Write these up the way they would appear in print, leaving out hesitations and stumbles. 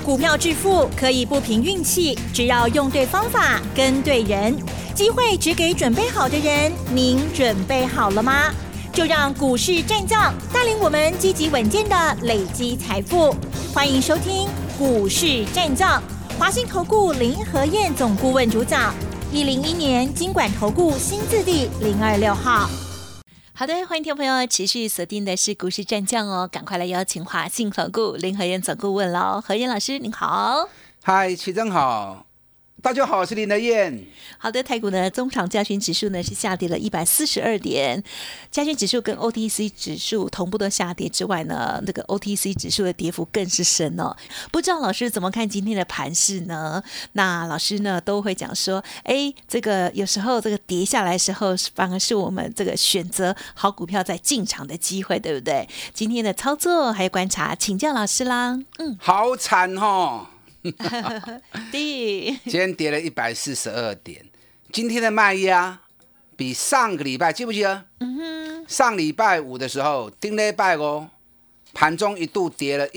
股票致富可以不凭运气，只要用对方法、跟对人，机会只给准备好的人。您准备好了吗？就让股市战将带领我们积极稳健的累积财富。欢迎收听股市战将，华信投顾林和彥总顾问主讲，101年金管投顾新字第026号。好的，欢迎听众朋友持续锁定的是股市战将哦，赶快来邀请华信投顾林和彥总顾问喽，和彥老师您好。 嗨，齐真好，大家好，我是林和彥。 好的，台股呢，中场加权指数呢是下跌了142点，加权指数跟 OTC 指数同步的下跌之外呢，这个 OTC 指数的跌幅更是深哦。不知道老师怎么看今天的盘势呢？那老师呢都会讲说，这个有时候这个跌下来的时候，反而是我们这个选择好股票在进场的机会，对不对？今天的操作还有观察，请教老师啦。 好惨哦。 今天跌了142点，今天的卖压比上个礼拜记不记得？上礼拜五的时候，顶礼拜哦，盘中一度跌了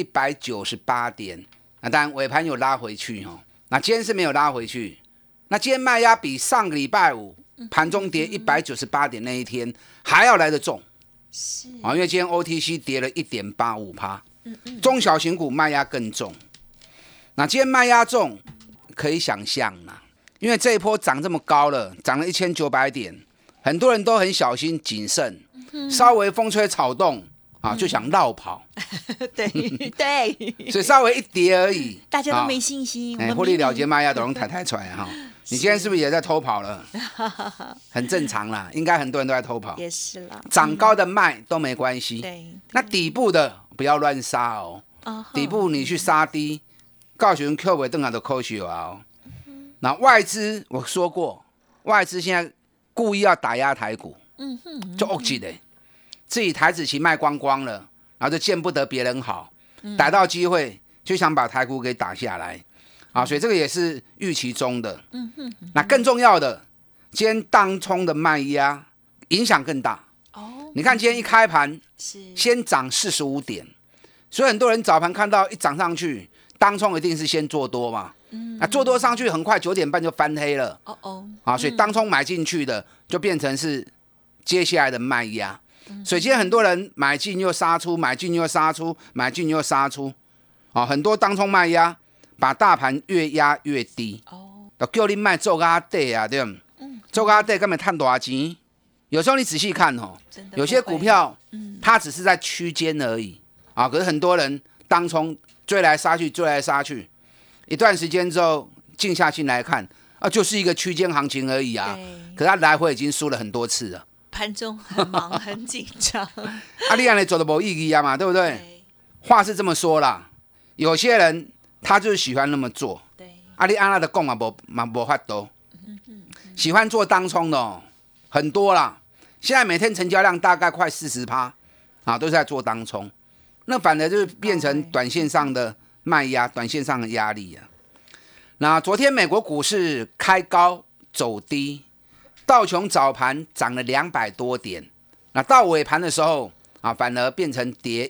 198点，那当然尾盘有拉回去哦。那今天是没有拉回去，那今天卖压比上个礼拜五盘中跌198点那一天还要来得重，是因为今天 OTC 跌了1.85%，中小型股卖压更重。那今天卖压重，可以想象啦，因为这一波涨这么高了，涨了1900点，很多人都很小心谨慎，稍微风吹草动就想绕跑。 对对， 所以稍微一跌而已， 大家都没信心。 获利了结卖压都能抬出来哈。你今天是不是也在偷跑了？很正常啦，应该很多人都在偷跑。 也是啦， 涨高的卖都没关系。 对， 那底部的不要乱杀哦。底部你去杀低。告诉人 Q 尾邓啊的科学啊，那外资我说过，外资现在故意要打压台股，就恶气的，自己台子期卖光光了，然后就见不得别人好，逮到机会就想把台股给打下来啊，所以这个也是预期中的。那更重要的，今天当冲的卖压影响更大。你看今天一开盘先涨45点，所以很多人早盘看到一涨上去。当冲一定是先做多嘛，做多上去很快9点半就翻黑了，所以当冲买进去的就变成是接下来的卖压，所以今天很多人买进又杀出，买进又杀出，买进又杀出，很多当冲卖压把大盘越压越低，就叫你卖做咖底啊，对不？做咖底根本赚多少钱？有时候你仔细看有些股票它只是在区间而已可是很多人当冲。追来杀去，追来杀去，一段时间之后静下心来看，就是一个区间行情而已啊。可是他来回已经输了很多次了， 盘中很忙很紧张。 你这样走的没意义嘛，对不对？话是这么说啦，有些人他就是喜欢那么做。对，你按他的讲嘛没法度。喜欢做当冲的很多啦，现在每天成交量大概快40%都是在做当冲。那反而就变成短线上的卖压，短线上的压力啊。那昨天美国股市开高走低，道琼早盘涨了200多点，那到尾盘的时候反而变成跌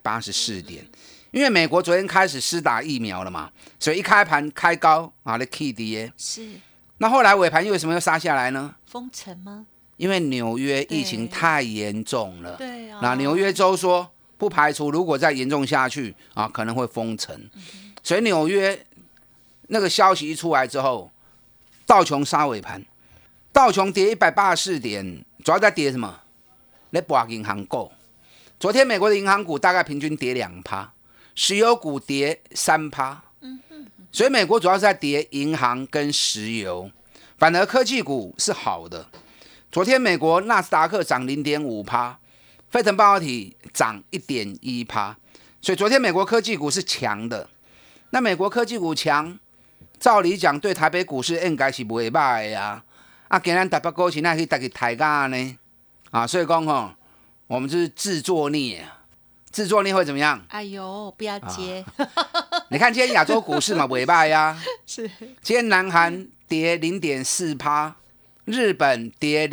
184点，因为美国昨天开始施打疫苗了嘛，所以一开盘开高的 K 跌是。那后来尾盘又为什么又杀下来呢？ 封城吗？ 因为纽约疫情太严重了。 对啊。 那纽约州说。不排除如果再严重下去可能会封城，所以纽约那个消息一出来之后，道琼杀尾盘，道琼跌184点，主要在跌什么？在博银行股。昨天美国的银行股大概平均跌2%，石油股跌3%，所以美国主要是在跌银行跟石油，反而科技股是好的。昨天美国纳斯达克涨0.5%。费城半导体涨1.1%，所以昨天美国科技股是强的。那美国科技股强，照理讲对台北股市应该是不错的啊。今天台北股市那可以大家抬价呢所以讲我们就是自作孽，自作孽会怎么样？ 哎呦，不要接。 你看今天亚洲股市嘛，不错呀。 是。 今天南韩跌0.4%，日本跌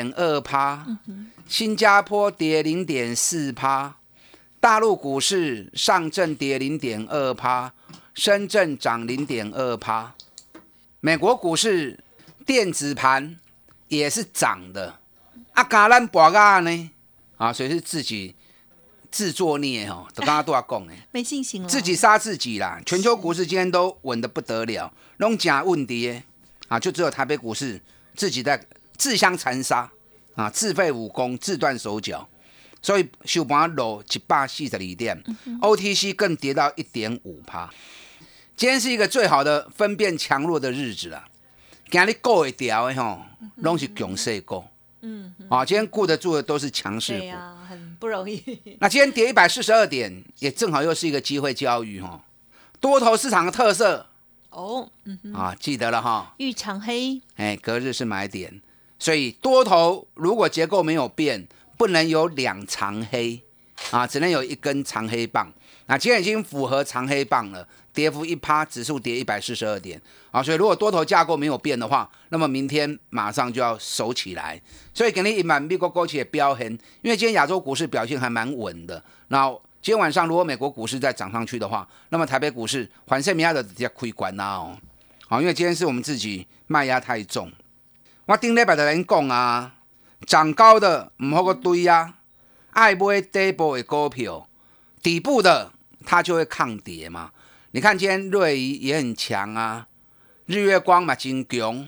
0.2%。新加坡跌0.4%，大陆股市上证跌0.2%， 深圳涨 0.22%， 美国股市电子盘也是涨的，加咱博啊呢，所以是自己自作孽哦，都刚刚都要讲哎， 没信心了， 自己杀自己啦。全球股市今天都稳得不得了，拢假问题就只有台北股市自己在自相残杀自废武功，自断手脚。所以收盘落142点，OTC 更跌到 1.5%。今天是一个最好的分辨强弱的日子了。今天顾会掉的吼，拢是强势股。今天顾得住的都是强势股。 对啊，很不容易。 那今天跌142点，也正好又是一个机会教育多头市场的特色记得了哈。 遇长黑， 隔日是买点，所以多头如果结构没有变，不能有两长黑只能有一根长黑棒。那今天已经符合长黑棒了，跌幅1%，指数跌142点所以如果多头架构没有变的话，那么明天马上就要守起来。所以给你一满美国股市的表现，因为今天亚洲股市表现还蛮稳的。那今天晚上如果美国股市再涨上去的话，那么台北股市反正明天就直接开关啦因为今天是我们自己卖压太重。我顶礼拜的人讲涨高的不好个堆爱买底部的股票，底部的它就会抗跌嘛。你看今天瑞仪也很强日月光嘛真强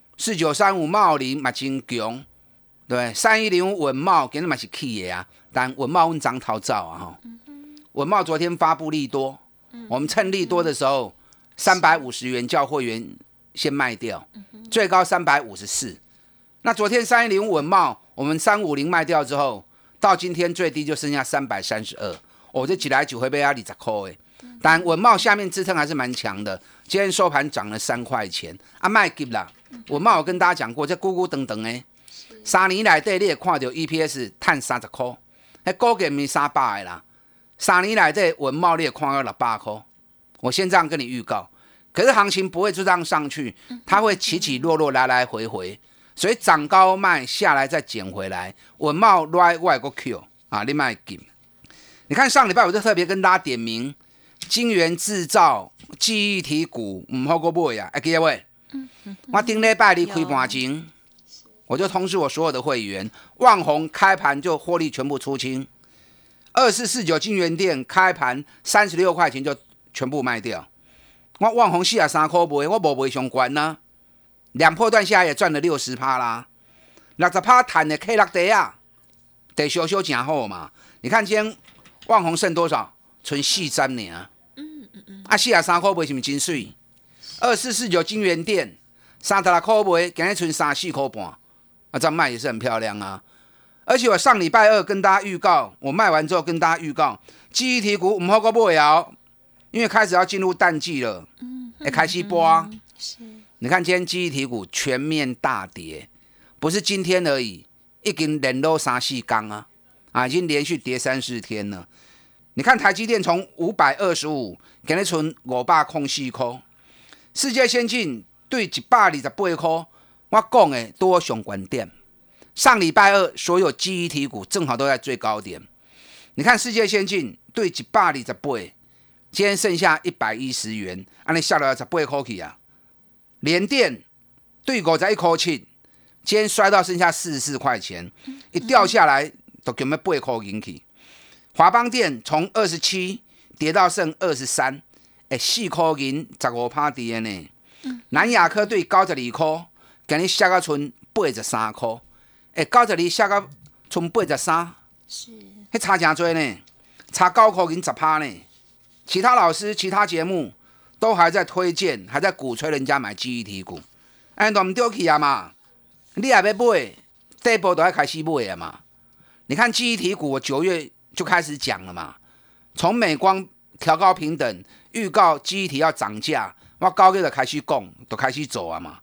，4935茂林嘛真强，对，3105文茂今天嘛是起的但文茂我们涨逃走文茂昨天发布利多，我们趁利多的时候350元叫会员先卖掉，最高354。那昨天3105文茂我们350卖掉之后，到今天最低就剩下332，这一来就会被20块但文茂下面支撑还是蛮强的，今天收盘涨了3块钱卖急啦。文茂我跟大家讲过，这咕咕等等3年来你也看到 EPS 赚30块，股价不是300的啦。3年来文茂你也看到600块，我先这样跟你预告。可是行情不会就这样上去，它会起起落落，来来回回，所以涨高卖下来再捡回来。文茂来我也还 Q 你别急。你看上礼拜我就特别跟大家点名晶圆制造记忆体股不好买记得没？我顶礼拜你开盘前我就通知我所有的会员，旺宏开盘就获利全部出清，2449晶圆店开盘36块钱就全部卖掉。我旺宏43块买，我没卖上悬2波段下来也赚了 60% 啦，60% 赚的 K 6地地小小真好嘛。你看今天旺宏剩多少？剩43而43块买是不是真水？2449晶圆店36块买，今天剩34块半，这样卖也是很漂亮而且我上礼拜二跟大家预告，我卖完之后跟大家预告，记忆体股不好买因为开始要进入淡季了，会开始播你看今天记忆体股全面大跌，不是今天而已，已经连落3-4天已经连续跌3-4天了。你看台积电从525今天剩504块，世界先进对128块，我讲的都上关点。上礼拜二所有记忆体股正好都在最高点。你看世界先进对128，今天剩下110元，你下来18块去联电对51块7，今天摔到剩下44块钱，一掉下来都根本8块银去。华邦电从27跌到剩23，4块银15%跌呢。南亚科对92块，今日下到剩83块，92下到剩83，是，那差真多呢，差9块银10%呢。其他老师、其他节目都还在推荐，还在鼓吹人家买记忆体股，都不对去嘛。你也要买，底部都要开始买嘛。你看记忆体股，我9月就开始讲了嘛。从美光调高平等，预告记忆体要涨价，我9月就开始讲，都开始走嘛。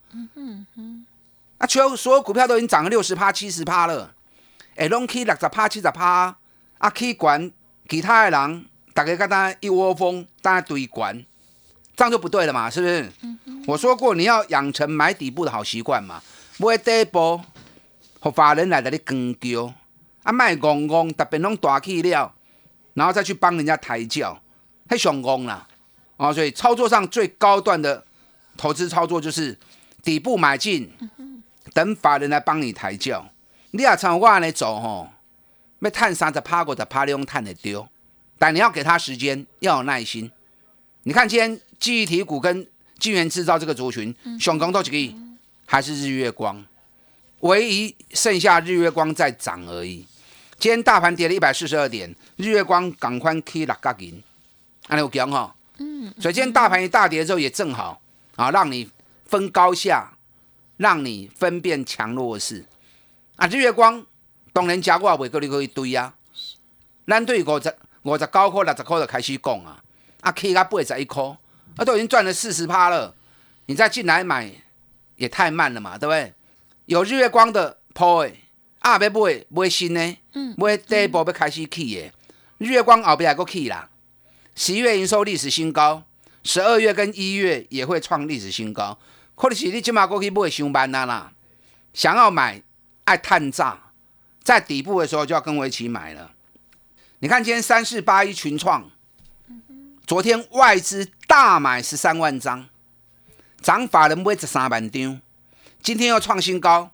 所有股票都已经涨了60%、70%了，拢去60%、70%，去管其他的人。大家跟他一窝蜂，大家堆管，这样就不对了嘛，是不是？我说过，你要养成买底部的好习惯嘛，买底部，和法人来的你跟丢，卖戆戆，特别弄大气了，然后再去帮人家抬轿，那上戆啦。 所以操作上最高段的投资操作就是底部买进，等法人来帮你抬轿。你也像我这样走要赚30%、50%，你用赚得到，但你要给他时间，要有耐心。你看今天记忆体股跟晶圆制造这个族群，上攻都几个，还是日月光，唯一剩下日月光在涨而已。今天大盘跌了142点，日月光赶快起6角银，安尼有强哈。所以今天大盘一大跌之后，也正好让你分高下，让你分辨强弱势。日月光当然加我袂够你可以堆啊。咱对59块、60块就开始讲起到81块，都已经赚了40%了，你再进来买也太慢了嘛，对不对？有日月光的铺的，要买新的，买第一步要开始起的，日月光后边还佫起啦。11月营收历史新高，12月跟1月也会创历史新高，可能是你现在过去买伤慢啦。想要买爱探炸，在底部的时候就要跟我一起买了。你看今天3481群创，昨天外资大买13万张，涨法人买13万张，今天又创新高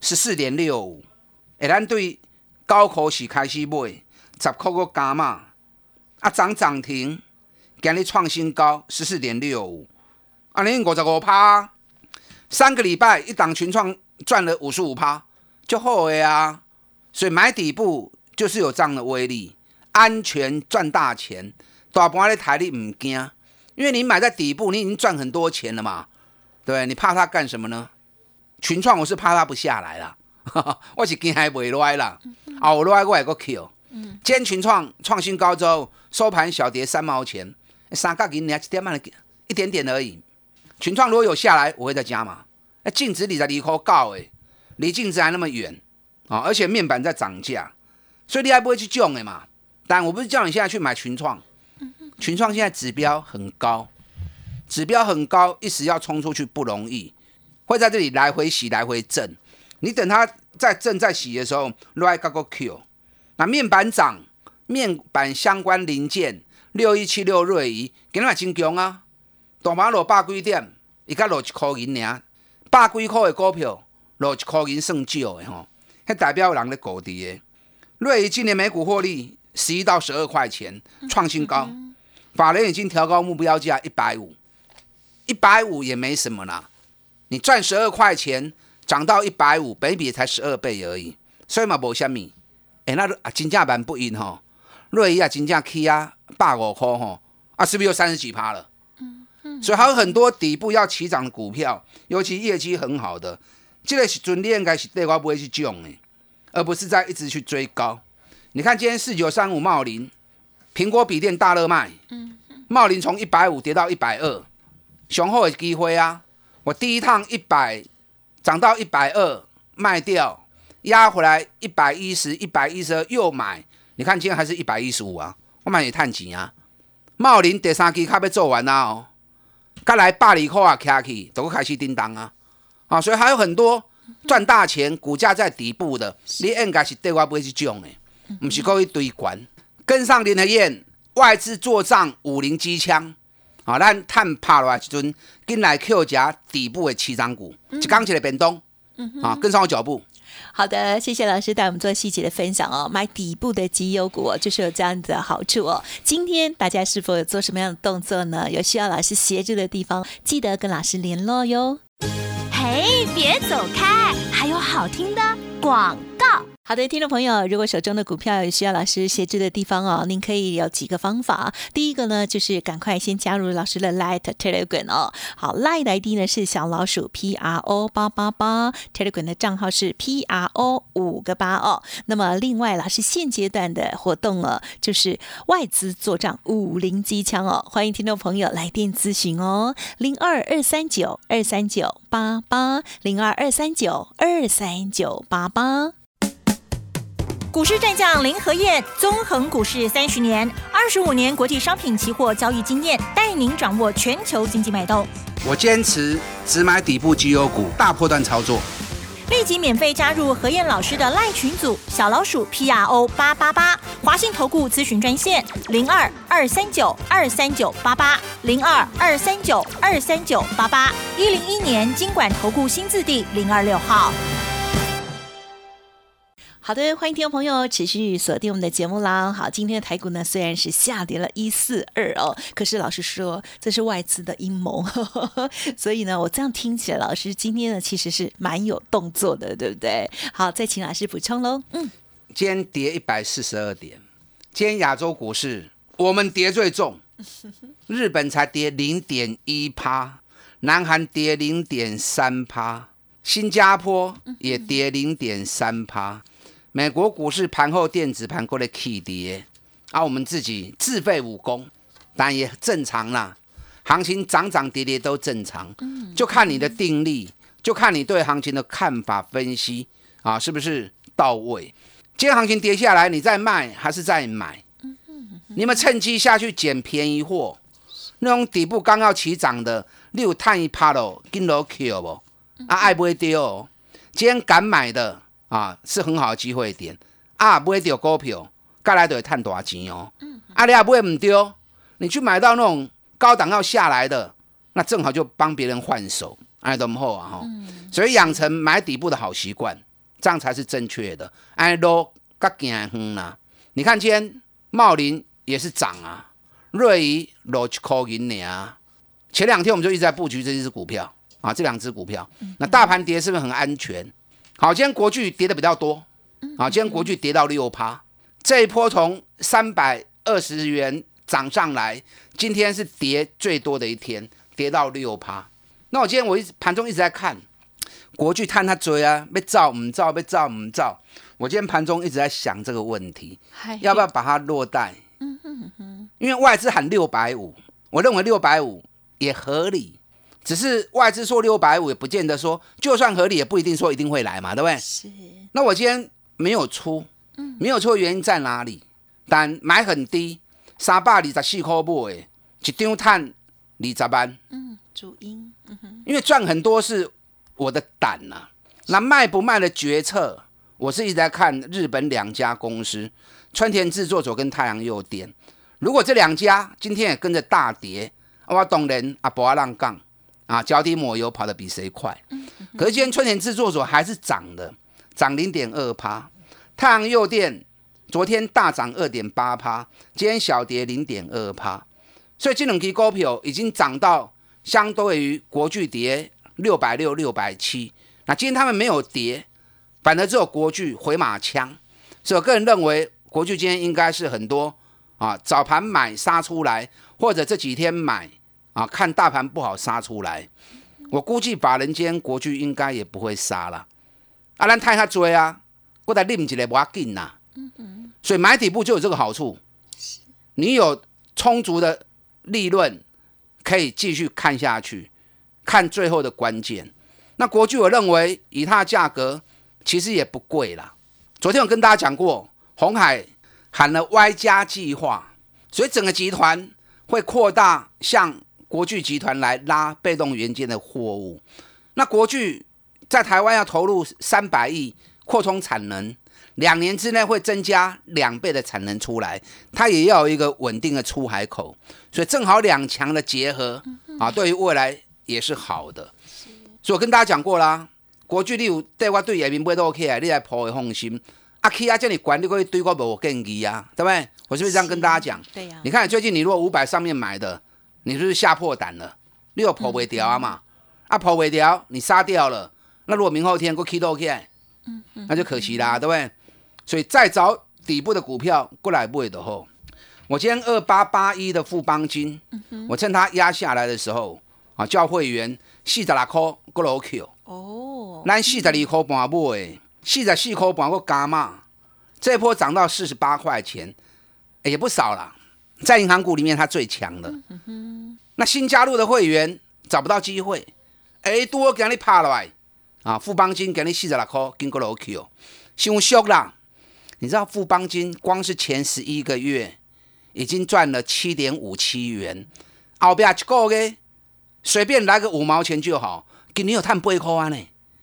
14.65。咱对高科技开始买10块又加码，涨停，今日创新高 14.65，你55%， 3个礼拜一档群创赚了 55%， 就好的啊。所以买底部就是有这样的威力，安全赚大钱，大盘在台你不惊，因为你买在底部，你已经赚很多钱了嘛，对，你怕它干什么呢？群创我是怕它不下来啦，我是惊还袂落来啦，后落来我也个 Q。今天群创创新高之后，收盘小跌3毛钱，3角银一点点而已。群创如果有下来，我会再加码。净值22块9，离净值还那么远而且面板在涨价，所以你还不会去用的嘛。但我不是叫你现在去买群创，群创现在指标很高，一时要冲出去不容易，会在这里来回洗来回震。你等它在震在洗的时候，来个 Q。那面板涨，面板相关零件6176瑞仪，今日真强啊！大盘落100几点，伊才落1块银尔，100几块的股票落1块银算少的吼，迄代表有人咧顾伫的。瑞仪今年每股获利11到12块钱，创新高，法人已经调高目标价150，150也没什么啦。你赚12块钱，涨到150，本益比才12倍而已，所以嘛无啥物。那真正蛮不赢吼，瑞仪真正起150块吼，是不是又30几%了？所以还有很多底部要起涨的股票，尤其业绩很好的，这个时阵你应该是对我不会去种的，而不是在一直去追高。你看今天4935茂林，苹果笔电大热卖，茂林从150跌到120，雄厚的机会啊！我第一趟100涨到120卖掉。压回来110、112又买，你看今天还是115啊，我买也赚钱啊。茂林第3期卡要做完啊再来82块卡起，都开始叮当啊，所以还有很多赚大钱，股价在底部的，你应该是对我不会去种的，不是故意堆关。跟上林和燕，外资做账50机枪，咱探拍落来时阵，紧来 Q 加底部的起涨股，一天一个便当，跟上我脚步。 好的，谢谢老师带我们做细节的分享买底部的绩优股就是有这样子的好处今天大家是否有做什么样的动作呢？有需要老师协助的地方，记得跟老师联络哟。 嘿，别走开，还有好听的广告。 好的，听众朋友，如果手中的股票有需要老师协助的地方您可以有几个方法。第一个呢，就是赶快先加入老师的 Line Telegram 好 ，Line 的 ID 呢是小老鼠 PRO888， Telegram 的账号是 PRO5个8那么另外老师现阶段的活动就是外资做账50机枪欢迎听众朋友来电咨询0223923988 0223923988。股市战将林和彥，纵横股市30年，25年国际商品期货交易经验，带您掌握全球经济脉动。 我坚持只买底部绩优股，大波段操作。 立即免费加入何燕老师的赖群组，小老鼠 PRO888，华信投顾咨询专线02-239-23988，02-239-23988，101年金管投顾新字第026号。 好的，欢迎听众朋友持续锁定我们的节目啦。好，今天的台股呢虽然是下跌了142哦，可是老师说这是外资的阴谋，所以呢，我这样听起来，老师今天呢其实是蛮有动作的，对不对？好，再请老师补充喽。 今天跌142点，今天亚洲股市我们跌最重，日本才跌0.1%，南韩跌0.3%，新加坡也跌0.3%。美国股市盘后电子盘过来起跌，我们自己自废武功，但也正常啦。行情涨涨跌跌都正常，就看你的定力，就看你对行情的看法分析是不是到位。今天行情跌下来，你在卖还是在买？你们趁机下去捡便宜货，那种底部刚要起涨的，你有探一趴咯，跟落去不？爱不会丢？今天敢买的。是很好的机会点买到股票，再来就会赚大钱哦。你也买不丢，你去买到那种高档要下来的，那正好就帮别人换手，都不好啊。所以养成买底部的好习惯，这样才是正确的。路较行远啦。你看今天茂林也是涨啊，瑞仪落1块而已。前2天我们就一直在布局这支股票这2只股票。那大盘跌是不是很安全？好，今天国巨跌的比较多，今天国巨跌到6%，这一波从320元涨上来，今天是跌最多的一天，跌到6%。那我今天盘中一直在看国巨，探他追要造不造，要造不造。我今天盘中一直在想这个问题，要不要把它落袋？因为外资喊650，我认为650也合理。只是外资说650也不见得说，就算合理也不一定说一定会来嘛，对不对？ 是。 那我今天没有出，没有出的原因在哪里？但买很低，324块买，一张赚20万。 主因。 因为赚很多是我的胆啊。那卖不卖的决策，我是一直在看日本2家公司，川田制作所跟太阳佑电。如果这2家今天也跟着大跌，我当然不要让杠。脚底抹油跑得比谁快？可是今天春田制作所还是涨的，涨0.2%。太阳佑电昨天大涨2.8%，今天小跌0.2%。所以这2支股票已经涨到相对于国巨跌660、670。那今天他们没有跌，反而只有国巨回马枪。所以我个人认为，国巨今天应该是很多早盘买杀出来，或者这几天买。看大盘不好杀出来，我估计法人间国巨应该也不会杀了。咱太较多我再拎一个不要紧啦。所以买底部就有这个好处，你有充足的利润，可以继续看下去，看最后的关键。那国巨我认为以它的价格其实也不贵啦。昨天我跟大家讲过，鸿海喊了 Y 加计划，所以整个集团会扩大向国巨集团来拉被动元件的货物。那国巨在台湾要投入300亿扩充产能，2年之内会增加2倍的产能出来，它也要有一个稳定的出海口，所以正好2强的结合对于未来也是好的。所以我跟大家讲过啦，国巨你有对我对下面买到起来，你来抱的放心。起这么悬，你可以对我没有建议啊，对不对？我是不是这样跟大家讲？ 对呀。 你看最近你如果500上面买的，你是不是吓破胆了？你有抱不掉嘛？抱不掉，你杀掉了，那如果明后天给起到起来，那就可惜啦，对不对？所以再找底部的股票过来买的后，我今天2881的富邦金，我趁它压下来的时候叫会员46块过来去哦，咱42块半买，44块半我加码，这一波涨到48块钱，也不少啦。在银行股里面，它最强的。那新加入的会员找不到机会，多给你拍来富邦金给你46块，经过了 OK 哦，太俗啦！你知道富邦金光是前11个月已经赚了7.57元，后边1个月随便来个5毛钱就好，今年有赚8块呢。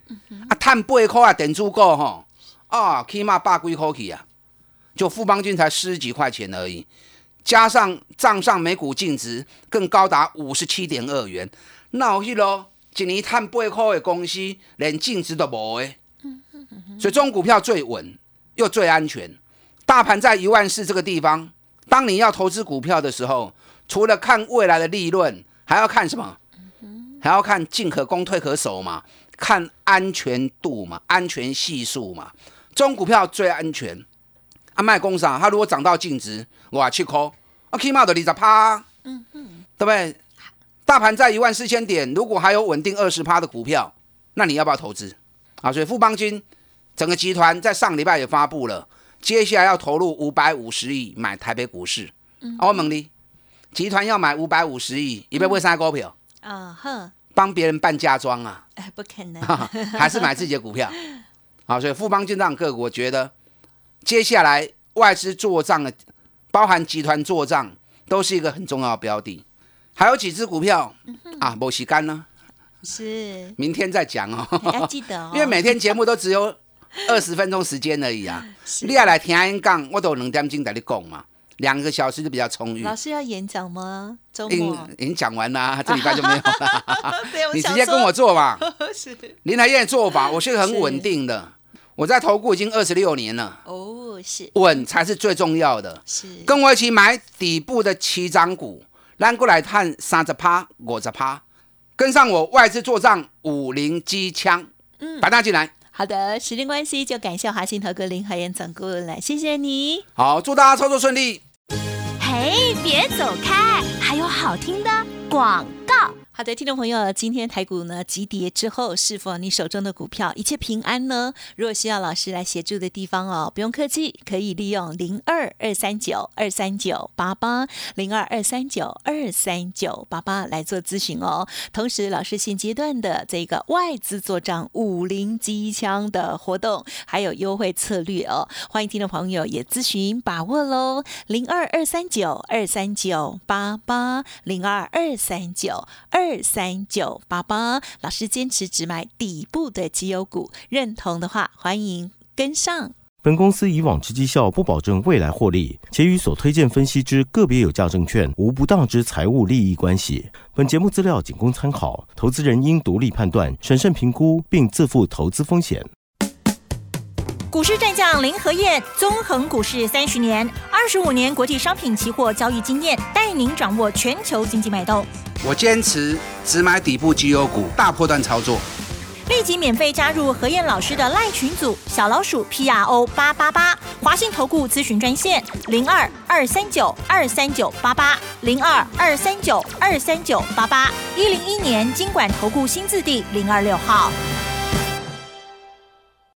赚8块啊，电子股吼起码100几块去啊，就富邦金才10几块钱而已，加上账上每股净值更高达57.2元，那有迄咯，一年赚8块的公司连净值都没的，所以这种股票最稳又最安全。大盘在14000这个地方，当你要投资股票的时候，除了看未来的利润，还要看什么？还要看进可攻退可守嘛，看安全度嘛，安全系数嘛。这种股票最安全。卖工厂，它如果涨到净值，7块，起码都20%，对不对？大盘在14000点，如果还有稳定20%的股票，那你要不要投资？所以富邦金整个集团在上礼拜也发布了，接下来要投入550亿买台北股市。我问你，集团要买550亿，你要买啥股票？帮别人办嫁妆啊？ 不可能， 还是买自己的股票？所以富邦金这样个股，我觉得接下来外资做账的，包含集团做账，都是一个很重要的标的。还有几只股票没时间呢， 是明天再讲要记得因为每天节目都只有20分钟时间而已啊。你要来听演讲，我都2点钟跟你讲嘛，2个小时就比较充裕。 老师要演讲吗？周末已经讲完了，这礼拜就没有了。你直接跟我做嘛。林台燕的做法，我是很稳定的。我在投顾已经26年了。 是稳才是最重要的。 是跟我一起买底部的起涨股，咱过来看30%、50%，跟上我外资做账50机枪，把它进来。 好的，时间关系就感谢华信投顾林和彥总顾问了，谢谢你。 好，祝大家操作顺利。 嘿，别走开，还有好听的广告。 好的，听众朋友，今天台股呢急跌之后，是否你手中的股票一切平安呢？如果需要老师来协助的地方不用客气，可以利用02-239-23988，02-239-23988来做咨询哦。同时，老师现阶段的这个外资做账50机枪的活动，还有优惠策略哦，欢迎听众朋友也咨询把握喽。02-239-23988，02-239-23988，老师坚持只买底部的绩优股，认同的话欢迎跟上。 本公司以往之绩效不保证未来获利，且与所推荐分析之个别有价证券无不当之财务利益关系。本节目资料仅供参考，投资人应独立判断、审慎评估，并自负投资风险。 股市战将林和彥，纵横股市30年，25年国际商品期货交易经验，带您掌握全球经济脉动。 我坚持只买底部绩优股，大波段操作。 立即免费加入和彥老师的赖群组，小老鼠 PRO888，华信投顾咨询专线02-239-23988，02-239-23988，101年金管投顾新字第026号。